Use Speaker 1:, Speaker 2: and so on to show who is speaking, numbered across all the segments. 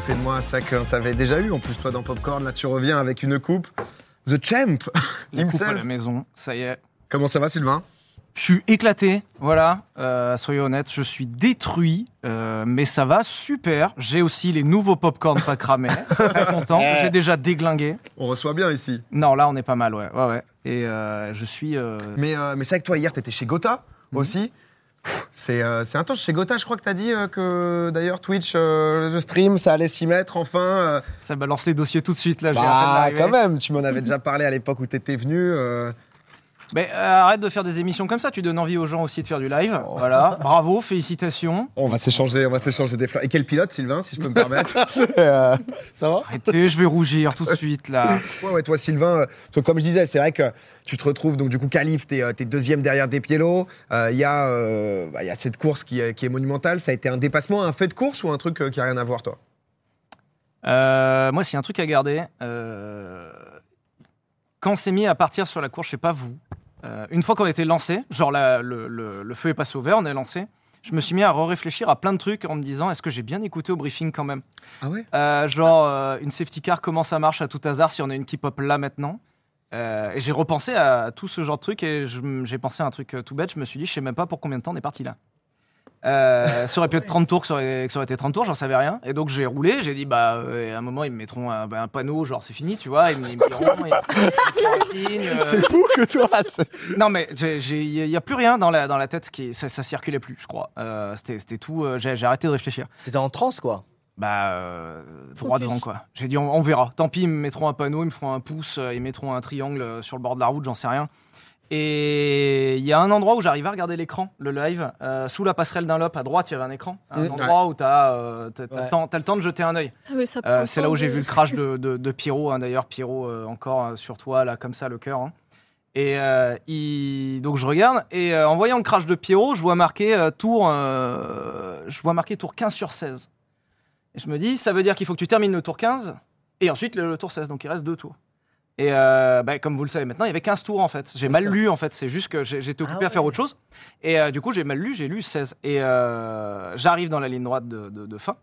Speaker 1: côté de moi, ça qu'on t'avait déjà eu. En plus, toi, dans Popcorn, là, tu reviens avec une coupe. The Champ.
Speaker 2: La coupe à la maison, ça y est.
Speaker 1: Comment ça va, Sylvain?
Speaker 2: Je suis éclaté, voilà, soyez honnête, je suis détruit, mais ça va super. J'ai aussi les nouveaux popcorn pas cramés, très content, j'ai déjà déglingué.
Speaker 1: On reçoit bien ici.
Speaker 2: Non, là on est pas mal, ouais. Et je suis...
Speaker 1: Mais c'est vrai que toi, hier, t'étais chez Gotha aussi. C'est intense. Chez Gotha, je crois que t'as dit que d'ailleurs Twitch, le stream, ça allait s'y mettre enfin.
Speaker 2: Ça balance les dossiers tout de suite, là.
Speaker 1: Bah, quand même, tu m'en avais déjà parlé à l'époque où t'étais venu.
Speaker 2: Mais arrête de faire des émissions comme ça, tu donnes envie aux gens aussi de faire du live. Voilà, bravo, félicitations.
Speaker 1: On va s'échanger des fleurs. Et quel pilote, Sylvain, si je peux me permettre? Ça va?
Speaker 2: Arrêtez, je vais rougir tout de suite, là.
Speaker 1: Ouais, toi, Sylvain, parce que comme je disais, c'est vrai que tu te retrouves, donc du coup, qualif, t'es deuxième derrière Despiello. Il y a cette course qui est monumentale. Ça a été un dépassement, un fait de course ou un truc qui a rien à voir, toi?
Speaker 2: Moi, s'il y a un truc à garder, quand on s'est mis à partir sur la course, je sais pas vous, une fois qu'on était lancé, genre le feu est passé au vert, on est lancé, je me suis mis à réfléchir à plein de trucs en me disant est-ce que j'ai bien écouté au briefing quand même?
Speaker 1: Ah ouais?
Speaker 2: Une safety car, comment ça marche à tout hasard si on a une qui pop là maintenant? Et j'ai repensé à tout ce genre de trucs et j'ai pensé à un truc tout bête, je me suis dit je sais même pas pour combien de temps on est parti là. Ça aurait pu être 30 tours, que ça aurait été 30 tours, j'en savais rien. Et donc j'ai roulé, j'ai dit, à un moment, ils me mettront un panneau, genre c'est fini, tu vois, ils me diront,
Speaker 1: C'est fou que toi.
Speaker 2: Non, mais il n'y a plus rien dans la tête, ça circulait plus, je crois. C'était tout, j'ai arrêté de réfléchir.
Speaker 3: T'étais en transe, quoi.
Speaker 2: Droit devant, quoi. J'ai dit, on verra. Tant pis, ils me mettront un panneau, ils me feront un pouce, ils mettront un triangle sur le bord de la route, j'en sais rien. Et il y a un endroit où j'arrive à regarder l'écran, le live, sous la passerelle d'un lope, à droite, il y avait un écran, un endroit où t'as le temps de jeter un œil. C'est là où j'ai vu le crash de Pierrot, hein, d'ailleurs, Pierrot encore sur toi, là, comme ça, le cœur. Hein. Et donc je regarde, et en voyant le crash de Pierrot, je vois marqué tour 15 sur 16. Et je me dis, ça veut dire qu'il faut que tu termines le tour 15, et ensuite le tour 16, donc il reste 2 tours. Et comme vous le savez maintenant, il y avait 15 tours en fait. J'ai mal lu en fait, c'est juste que j'étais occupé à faire autre chose. Et du coup, j'ai mal lu, j'ai lu 16. Et j'arrive dans la ligne droite de fin.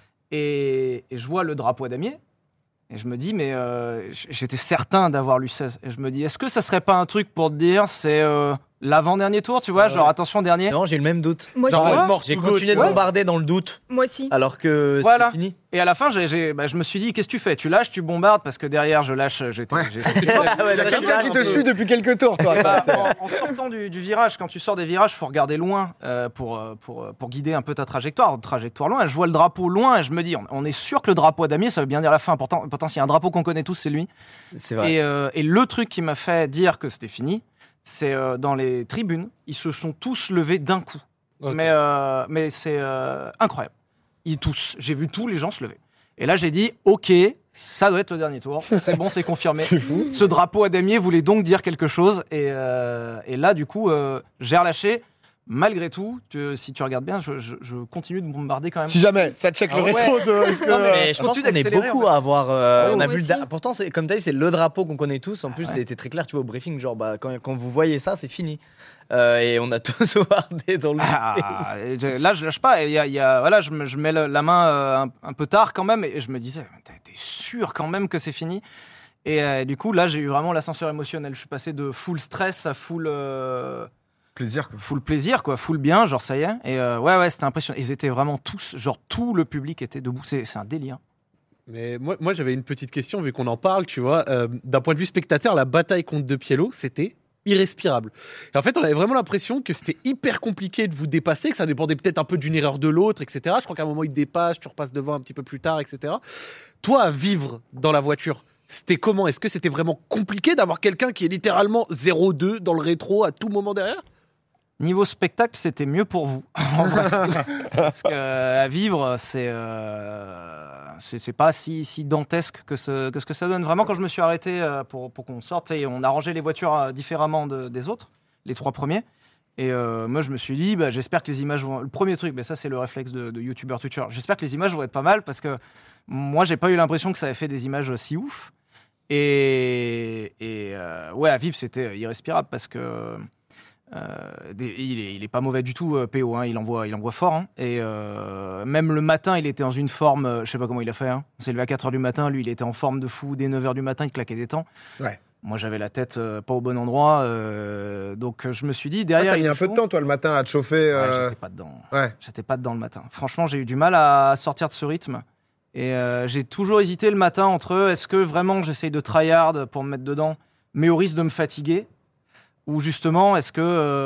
Speaker 2: Et je vois le drapeau à damier. Et je me dis, mais j'étais certain d'avoir lu 16. Et je me dis, est-ce que ça serait pas un truc pour te dire, c'est l'avant-dernier tour, tu vois, genre attention dernier.
Speaker 3: Non, j'ai le même doute.
Speaker 4: Moi,
Speaker 3: J'ai continué de bombarder dans le doute.
Speaker 4: Moi aussi.
Speaker 3: Alors que
Speaker 2: voilà.
Speaker 3: c'est fini.
Speaker 2: Et à la fin, je me suis dit, qu'est-ce que tu fais? Tu lâches, tu bombardes, parce que derrière, je lâche.
Speaker 1: Il y a quelqu'un qui te suit depuis quelques tours, toi.
Speaker 2: En sortant du virage, quand tu sors des virages, il faut regarder loin pour guider un peu ta trajectoire loin. Je vois le drapeau loin et je me dis, on est sûr que le drapeau à damier, ça veut bien dire la fin. Pourtant, s'il y a un drapeau qu'on connaît tous, c'est lui.
Speaker 3: C'est vrai.
Speaker 2: Et le truc qui m'a fait dire que c'était fini, c'est dans les tribunes, ils se sont tous levés d'un coup. Okay. Mais c'est incroyable. J'ai vu tous les gens se lever. Et là, j'ai dit, ok, ça doit être le dernier tour. C'est bon, c'est confirmé.
Speaker 1: C'est fou.
Speaker 2: Ce drapeau à damier voulait donc dire quelque chose. Et là, du coup, j'ai relâché. Malgré tout, si tu regardes bien, je continue de bombarder quand même.
Speaker 1: Si jamais, ça check le rétro de...
Speaker 3: Non, mais je pense qu'on est beaucoup à avoir... on a vu pourtant, comme tu as dit, c'est le drapeau qu'on connaît tous. En plus, c'était très clair, tu vois, au briefing, genre, quand vous voyez ça, c'est fini. Et on a tous bombardé dans le...
Speaker 2: Là, je lâche pas. Voilà, je mets la main un peu tard quand même. Et je me disais, t'es sûr quand même que c'est fini? Et du coup, là, j'ai eu vraiment l'ascenseur émotionnel. Je suis passé de full stress à full...
Speaker 1: plaisir, quoi.
Speaker 2: Full plaisir, quoi, full bien, genre ça y est. Et ouais, c'était impressionnant. Ils étaient vraiment tous, genre tout le public était debout. C'est un délire.
Speaker 5: Mais moi j'avais une petite question, vu qu'on en parle, tu vois. D'un point de vue spectateur, la bataille contre Despiello, c'était irrespirable. Et en fait, on avait vraiment l'impression que c'était hyper compliqué de vous dépasser, que ça dépendait peut-être un peu d'une erreur de l'autre, etc. Je crois qu'à un moment, il te dépasse, tu repasses devant un petit peu plus tard, etc. Toi, à vivre dans la voiture, c'était comment? Est-ce que c'était vraiment compliqué d'avoir quelqu'un qui est littéralement 0-2 dans le rétro à tout moment derrière?
Speaker 2: Niveau spectacle, c'était mieux pour vous. En vrai. Parce qu'à vivre, c'est pas si dantesque que ce que ça donne. Vraiment, quand je me suis arrêté pour qu'on sorte, et on a rangé les voitures différemment des autres, les 3 premiers. Et moi, je me suis dit, j'espère que les images vont... Le premier truc, ça, c'est le réflexe de YouTuber Twitcher. J'espère que les images vont être pas mal, parce que moi, j'ai pas eu l'impression que ça avait fait des images si ouf. Et à vivre, c'était irrespirable, parce que... il est pas mauvais du tout, PO. Hein, il envoie fort. Hein, et même le matin, il était dans une forme. Je sais pas comment il a fait. Hein. On s'est levé à 4h du matin. Lui, il était en forme de fou. Dès 9h du matin, il claquait des temps.
Speaker 1: Ouais.
Speaker 2: Moi, j'avais la tête pas au bon endroit. Donc, je me suis dit, derrière.
Speaker 1: T'as mis un peu de temps, toi, le matin, à te chauffer.
Speaker 2: J'étais pas dedans.
Speaker 1: Ouais.
Speaker 2: J'étais pas dedans le matin. Franchement, j'ai eu du mal à sortir de ce rythme. Et j'ai toujours hésité le matin entre est-ce que vraiment j'essaye de tryhard pour me mettre dedans, mais au risque de me fatiguer, ou justement est-ce que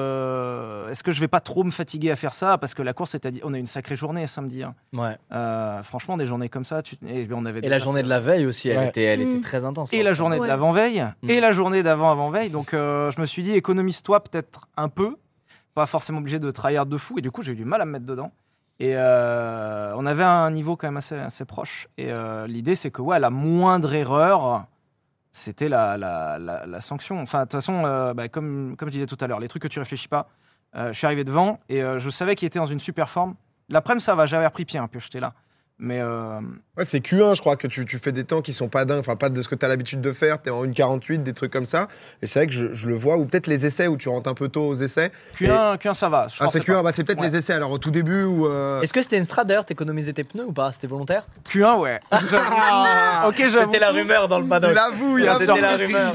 Speaker 2: je vais pas trop me fatiguer à faire ça parce que la course, on a une sacrée journée samedi. Hein.
Speaker 3: Ouais.
Speaker 2: Franchement, des journées comme ça,
Speaker 3: et la journée de la veille aussi, elle était très intense.
Speaker 2: Et la journée de l'avant-veille, et la journée d'avant-veille. Donc je me suis dit, économise-toi peut-être un peu, pas forcément obligé de tryhard de fou. Et du coup, j'ai eu du mal à me mettre dedans. Et on avait un niveau quand même assez proche. Et l'idée, c'est que la moindre erreur, c'était la sanction. Enfin, de toute façon, comme je disais tout à l'heure, les trucs que tu réfléchis pas, je suis arrivé devant et je savais qu'il était dans une super forme. L'après-midi, ça va, j'avais repris pied un peu, j'étais là. Mais
Speaker 1: ouais, c'est Q1, je crois que tu fais des temps qui sont pas dingues, enfin pas de ce que tu as l'habitude de faire, tu es en 1,48, des trucs comme ça. Et c'est vrai que je le vois, ou peut-être les essais où tu rentres un peu tôt aux essais.
Speaker 2: Q1 ça va.
Speaker 1: C'est Q1, c'est peut-être les essais alors au tout début ou.
Speaker 3: Est-ce que c'était une strat d'ailleurs, t'économisais tes pneus ou pas? C'était volontaire?
Speaker 2: Q1, ouais. Ok, j'avoue.
Speaker 3: C'était la rumeur dans le paddock.
Speaker 1: Il avoue,
Speaker 3: c'était la rumeur.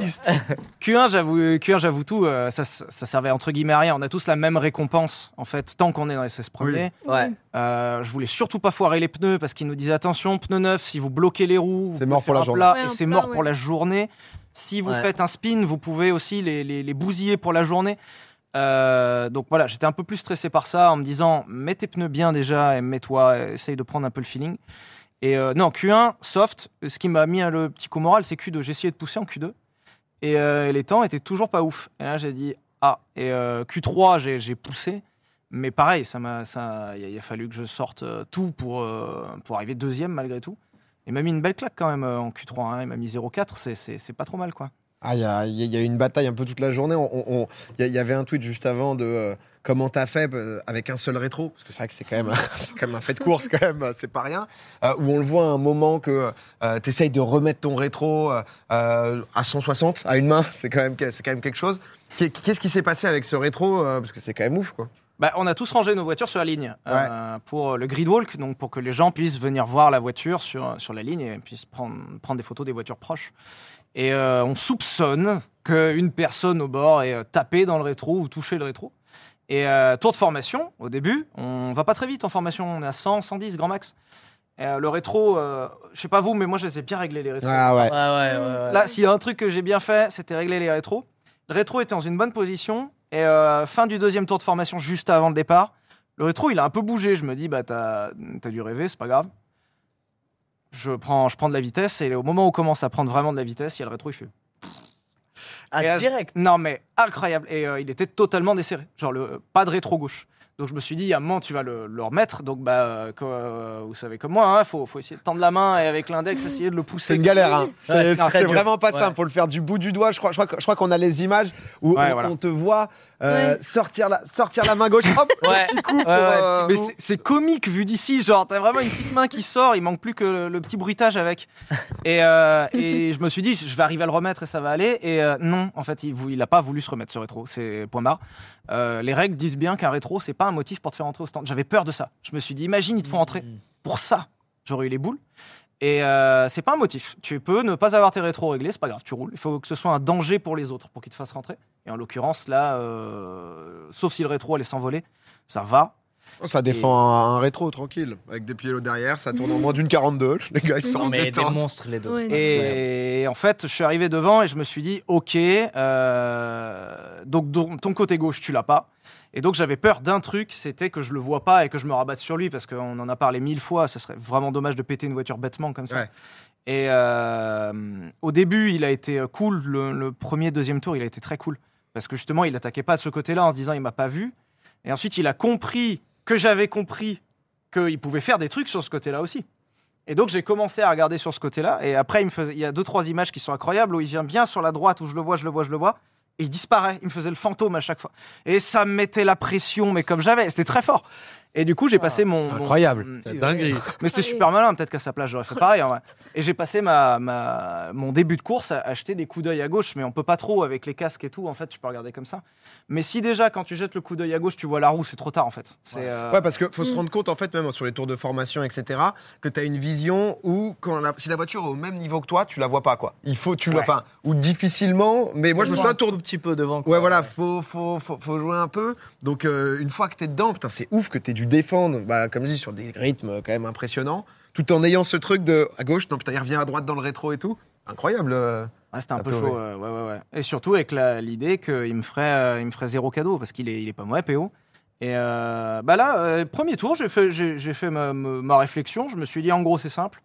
Speaker 2: Q1, j'avoue tout, ça servait entre guillemets à rien. On a tous la même récompense en fait, tant qu'on est dans les 16 premiers.
Speaker 3: Oui. Ouais.
Speaker 2: Je voulais surtout pas foirer les pneus parce qu'ils nous disaient attention, pneus neufs, si vous bloquez les roues,
Speaker 1: c'est mort pour la journée.
Speaker 2: Et c'est mort pour la journée. Si vous faites un spin, vous pouvez aussi les bousiller pour la journée. Donc voilà, j'étais un peu plus stressé par ça en me disant mets tes pneus bien déjà et essaye de prendre un peu le feeling. Et non, Q1, soft. Ce qui m'a mis le petit coup moral, c'est Q2. J'ai essayé de pousser en Q2 et les temps étaient toujours pas ouf. Et là, j'ai dit et Q3, j'ai poussé. Mais pareil, il a fallu que je sorte tout pour arriver deuxième malgré tout. Il m'a mis une belle claque quand même en Q3. Hein. Il m'a mis 0,4, c'est pas trop mal quoi.
Speaker 1: Il y a eu une bataille un peu toute la journée. Il y avait un tweet juste avant de comment t'as fait avec un seul rétro, parce que c'est vrai que c'est quand même un fait de course quand même, c'est pas rien. Où on le voit à un moment que t'essayes de remettre ton rétro à 160 à une main, c'est quand même quelque chose. Qu'est-ce qui s'est passé avec ce rétro parce que c'est quand même ouf quoi.
Speaker 2: On a tous rangé nos voitures sur la ligne pour le grid walk, donc pour que les gens puissent venir voir la voiture sur la ligne et puissent prendre des photos des voitures proches. Et on soupçonne qu'une personne au bord ait tapé dans le rétro ou touché le rétro. Et tour de formation, au début, on va pas très vite en formation, on est à 100, 110 grand max. Le rétro, je sais pas vous, mais moi je les ai bien réglés les rétros.
Speaker 1: Ah ouais.
Speaker 2: Là, s'il y a un truc que j'ai bien fait, c'était régler les rétros. Le rétro était dans une bonne position. Et fin du deuxième tour de formation, juste avant le départ, le rétro, il a un peu bougé. Je me dis, t'as dû rêver, c'est pas grave. Je prends de la vitesse, et au moment où on commence à prendre vraiment de la vitesse, il y a le rétro, il fait...
Speaker 3: direct.
Speaker 2: Non, mais incroyable. Et il était totalement desserré. Genre, pas de rétro gauche. Donc je me suis dit, à un moment, tu vas le remettre. Donc, vous savez comme moi, hein, faut essayer de tendre la main et avec l'index, essayer de le pousser.
Speaker 1: C'est une galère. Hein. C'est vraiment pas simple.
Speaker 3: Ouais.
Speaker 1: Faut le faire du bout du doigt. Je crois qu'on a les images où on te voit sortir la main gauche. Hop, petit coup.
Speaker 2: Mais c'est comique vu d'ici. Genre, t'as vraiment une petite main qui sort. Il manque plus que le petit bruitage avec. Et je me suis dit, je vais arriver à le remettre et ça va aller. Et non, en fait, il a pas voulu se remettre ce rétro. C'est point barre. Les règles disent bien qu'un rétro, c'est pas un motif pour te faire entrer au stand. J'avais peur de ça. Je me suis dit, imagine, ils te font entrer pour ça. J'aurais eu les boules. Et c'est pas un motif. Tu peux ne pas avoir tes rétros réglés, c'est pas grave, tu roules. Il faut que ce soit un danger pour les autres pour qu'ils te fassent rentrer. Et en l'occurrence, là, sauf si le rétro allait s'envoler, ça va.
Speaker 1: Ça défend un rétro tranquille, avec des pieds derrière, ça tourne en moins d'une 42. Les gars, ils sont en
Speaker 3: mais
Speaker 1: détente.
Speaker 3: des monstres les deux. Ouais,
Speaker 2: et en fait, je suis arrivé devant et je me suis dit, ok, donc ton côté gauche, tu l'as pas. Et donc j'avais peur d'un truc, c'était que je le vois pas et que je me rabatte sur lui, parce qu'on en a parlé 1000 fois, ça serait vraiment dommage de péter une voiture bêtement comme ça. Ouais. Et au début, il a été cool, le premier, deuxième tour, il a été très cool. Parce que justement, il attaquait pas de ce côté-là en se disant, il m'a pas vu. Et ensuite, il a compris que j'avais compris qu'il pouvait faire des trucs sur ce côté-là aussi. Et donc, j'ai commencé à regarder sur ce côté-là. Et après, il y a 2-3 images qui sont incroyables où il vient bien sur la droite, où je le vois. Et il disparaît. Il me faisait le fantôme à chaque fois. Et ça me mettait la pression, mais comme j'avais. C'était très fort. Et du coup, j'ai passé
Speaker 1: C'est incroyable.
Speaker 5: C'est dinguerie.
Speaker 2: Mais c'était super malin, peut-être qu'à sa place, j'aurais fait pareil. En vrai. Et j'ai passé mon début de course à acheter des coups d'œil à gauche, mais on peut pas trop avec les casques et tout, en fait, tu peux regarder comme ça. Mais si déjà, quand tu jettes le coup d'œil à gauche, tu vois la roue, c'est trop tard, en fait.
Speaker 1: Ouais, parce qu'il faut se rendre compte, en fait, même sur les tours de formation, etc., que tu as une vision où, si la voiture est au même niveau que toi, tu la vois pas, quoi. Il faut, ou difficilement, mais moi, je me souviens,
Speaker 3: un tout petit peu devant.
Speaker 1: Ouais, voilà, faut jouer un peu. Donc, une fois que t'es dedans, putain, c'est ouf que t'aies dû défendre, comme je dis, sur des rythmes quand même impressionnants, tout en ayant ce truc de à gauche, non, putain, il revient à droite dans le rétro et tout. Incroyable.
Speaker 2: C'était un peu chaud, ouais. Et surtout avec l'idée qu'il me ferait 0 cadeau, parce qu'il est pas mauvais, PO. Et là, premier tour, j'ai fait ma réflexion. Je me suis dit, en gros, c'est simple.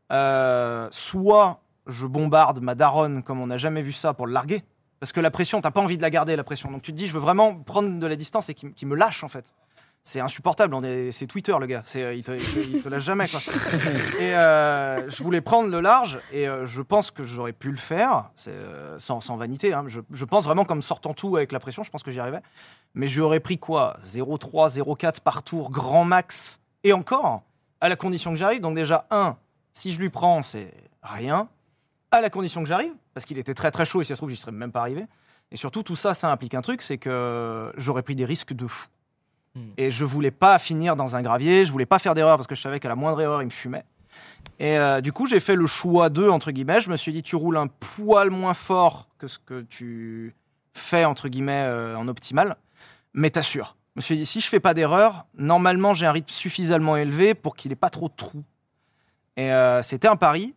Speaker 2: Soit je bombarde ma daronne comme on n'a jamais vu ça pour le larguer. Parce que la pression, t'as pas envie de la garder, la pression. Donc tu te dis, je veux vraiment prendre de la distance et qu'il me lâche, en fait. C'est insupportable, c'est Twitter, le gars. Il te lâche jamais, quoi. Et je voulais prendre le large, et je pense que j'aurais pu le faire, sans vanité. Hein. Je pense vraiment comme sortant tout avec la pression, je pense que j'y arrivais. Mais j'aurais pris quoi 0,3, 0,4 par tour, grand max. Et encore, à la condition que j'arrive. Donc déjà, si je lui prends, c'est rien. À la condition que j'arrive, parce qu'il était très très chaud et si ça se trouve, j'y serais même pas arrivé. Et surtout, tout ça, ça implique un truc, c'est que j'aurais pris des risques de fou. Et je voulais pas finir dans un gravier, je voulais pas faire d'erreur parce que je savais qu'à la moindre erreur, il me fumait. Et du coup, j'ai fait le choix 2, entre guillemets. Je me suis dit, tu roules un poil moins fort que ce que tu fais, entre guillemets, en optimal, mais t'assures. Je me suis dit, si je fais pas d'erreur, normalement, j'ai un rythme suffisamment élevé pour qu'il ait pas trop de trous. Et c'était un pari.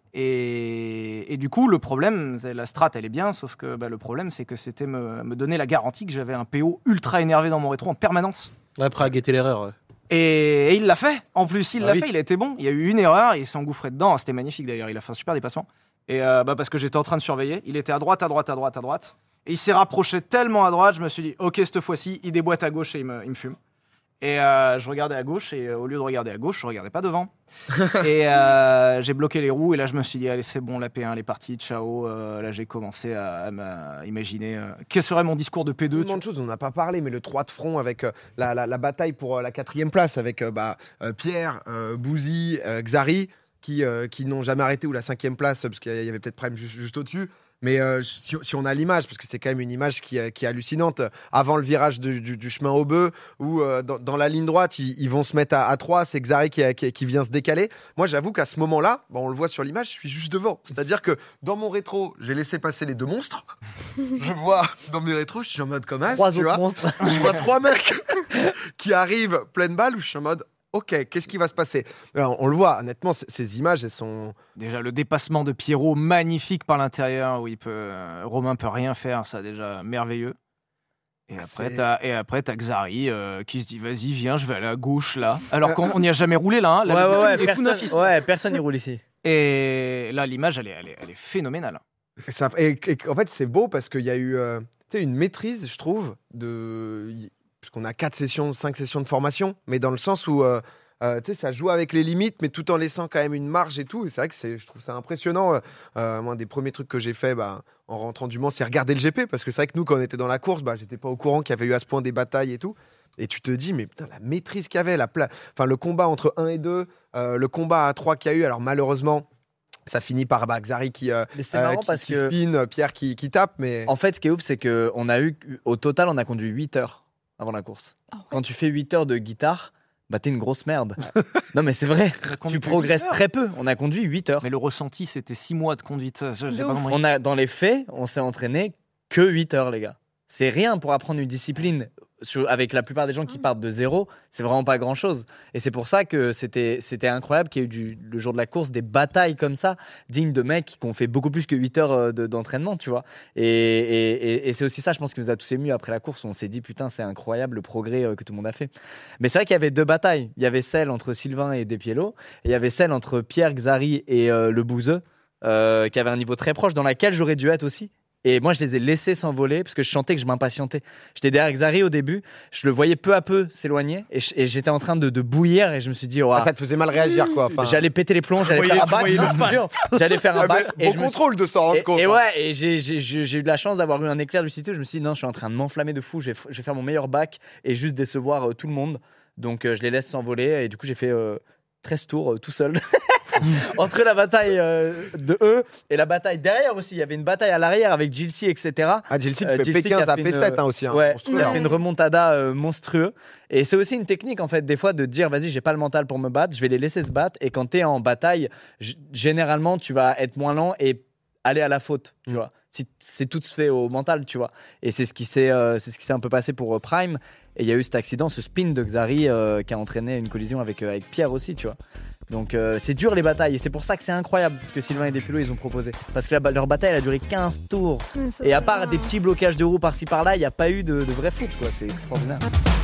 Speaker 2: Et du coup, le problème, la strat, elle est bien, sauf que le problème, c'est que c'était me donner la garantie que j'avais un PO ultra énervé dans mon rétro en permanence.
Speaker 5: Ouais, prêt à guetter l'erreur. Ouais.
Speaker 2: Et il l'a fait. En plus, il l'a
Speaker 5: oui.
Speaker 2: fait. Il a été bon. Il y a eu une erreur. Il s'est engouffré dedans. C'était magnifique d'ailleurs. Il a fait un super dépassement. Et parce que j'étais en train de surveiller. Il était à droite. Et il s'est rapproché tellement à droite. Je me suis dit, ok, cette fois-ci, il déboîte à gauche et il me fume. Et je regardais à gauche, et au lieu de regarder à gauche, je regardais pas devant. Et j'ai bloqué les roues, et là je me suis dit, allez c'est bon, la P1 elle est partie, ciao. Là j'ai commencé à imaginer quel serait mon discours de P2.
Speaker 1: Tellement de choses, on n'a pas parlé, mais le 3 de front avec la bataille pour la 4e place, avec Pierre, Bouzy, Xari, qui n'ont jamais arrêté, ou la 5e place, parce qu'il y avait peut-être Prime juste au-dessus. Mais si on a l'image, parce que c'est quand même une image qui est hallucinante, avant le virage du chemin au bœuf, où dans la ligne droite, ils vont se mettre à 3, c'est Xari qui vient se décaler. Moi, j'avoue qu'à ce moment-là, on le voit sur l'image, je suis juste devant. C'est-à-dire que dans mon rétro, j'ai laissé passer les 2 monstres. Je vois dans mes rétros, je suis en mode comme as,
Speaker 3: 3 autres monstres.
Speaker 1: Je vois 3 mecs qui arrivent pleine balle, où je suis en mode... Ok, qu'est-ce qui va se passer ? Alors, on le voit, honnêtement, ces images, elles sont...
Speaker 2: Déjà, le dépassement de Pierrot, magnifique par l'intérieur, où Romain peut rien faire, ça, déjà, merveilleux. Et après, t'as Xari qui se dit, vas-y, viens, je vais aller à gauche, là. Alors qu'on n'y a jamais roulé, là. Hein.
Speaker 3: Personne n'y roule ici.
Speaker 2: Et là, l'image, elle est phénoménale.
Speaker 1: Et en fait, c'est beau, parce qu'il y a eu une maîtrise, je trouve, puisqu'on a 5 sessions de formation, mais dans le sens où ça joue avec les limites, mais tout en laissant quand même une marge et tout. Et c'est vrai que je trouve ça impressionnant. Moi, un des premiers trucs que j'ai fait en rentrant du Mans, c'est regarder le GP, parce que c'est vrai que nous, quand on était dans la course, j'étais pas au courant qu'il y avait eu à ce point des batailles et tout. Et tu te dis, mais putain, la maîtrise qu'il y avait, le combat entre 1 et 2, le combat à 3 qu'il y a eu, alors malheureusement... Ça finit par Xari qui spin, Pierre qui tape. Mais...
Speaker 3: En fait, ce qui est ouf, c'est qu'au total, on a conduit 8 heures avant la course. Oh, ouais. Quand tu fais 8 heures de guitare, t'es une grosse merde. Non, mais c'est vrai. Tu progresses très peu. On a conduit 8 heures.
Speaker 2: Mais le ressenti, c'était 6 mois de conduite.
Speaker 3: Dans les faits, on s'est entraîné que 8 heures, les gars. C'est rien pour apprendre une discipline. Avec la plupart des gens qui partent de 0, c'est vraiment pas grand chose. Et c'est pour ça que c'était incroyable qu'il y ait eu le jour de la course des batailles comme ça, dignes de mecs qui ont fait beaucoup plus que 8 heures d'entraînement, tu vois. Et c'est aussi ça, je pense, qui nous a tous émus après la course. On s'est dit, putain, c'est incroyable le progrès que tout le monde a fait. Mais c'est vrai qu'il y avait 2 batailles. Il y avait celle entre Sylvain et Despiello, et il y avait celle entre Pierre, Xari et le Bouzeux, qui avait un niveau très proche, dans laquelle j'aurais dû être aussi. Et moi, je les ai laissés s'envoler parce que je sentais que je m'impatientais. J'étais derrière Xari au début, je le voyais peu à peu s'éloigner et j'étais en train de bouillir et je me suis dit,
Speaker 1: Ça te faisait mal réagir, quoi. Enfin,
Speaker 3: j'allais péter les plombs, j'allais faire un bac. J'allais faire un bac.
Speaker 1: Bon contrôle de s'en rendre compte.
Speaker 3: Et j'ai eu de la chance d'avoir eu un éclair de lucidité où je me suis dit, non, je suis en train de m'enflammer de fou, je vais faire mon meilleur bac et juste décevoir tout le monde. Donc, je les laisse s'envoler et du coup, j'ai fait 13 tours tout seul. Entre la bataille de eux et la bataille derrière aussi. Il y avait une bataille à l'arrière avec Jilcy, etc.
Speaker 1: Jilcy qui fait P15 à P7 aussi.
Speaker 3: Ouais, qui a fait une remontada monstrueux. Et c'est aussi une technique en fait, des fois, de dire vas-y, j'ai pas le mental pour me battre, je vais les laisser se battre. Et quand t'es en bataille, généralement, tu vas être moins lent et aller à la faute, tu vois. Si c'est tout se fait au mental, tu vois. Et c'est ce qui s'est un peu passé pour Prime. Et il y a eu cet accident, ce spin de Xari qui a entraîné une collision avec Pierre aussi, tu vois. Donc c'est dur les batailles et c'est pour ça que c'est incroyable ce que Sylvain et Despilot ils ont proposé. Parce que leur bataille elle a duré 15 tours. Et à part des petits blocages de roues par-ci par-là, il n'y a pas eu de vrai foot quoi, c'est extraordinaire.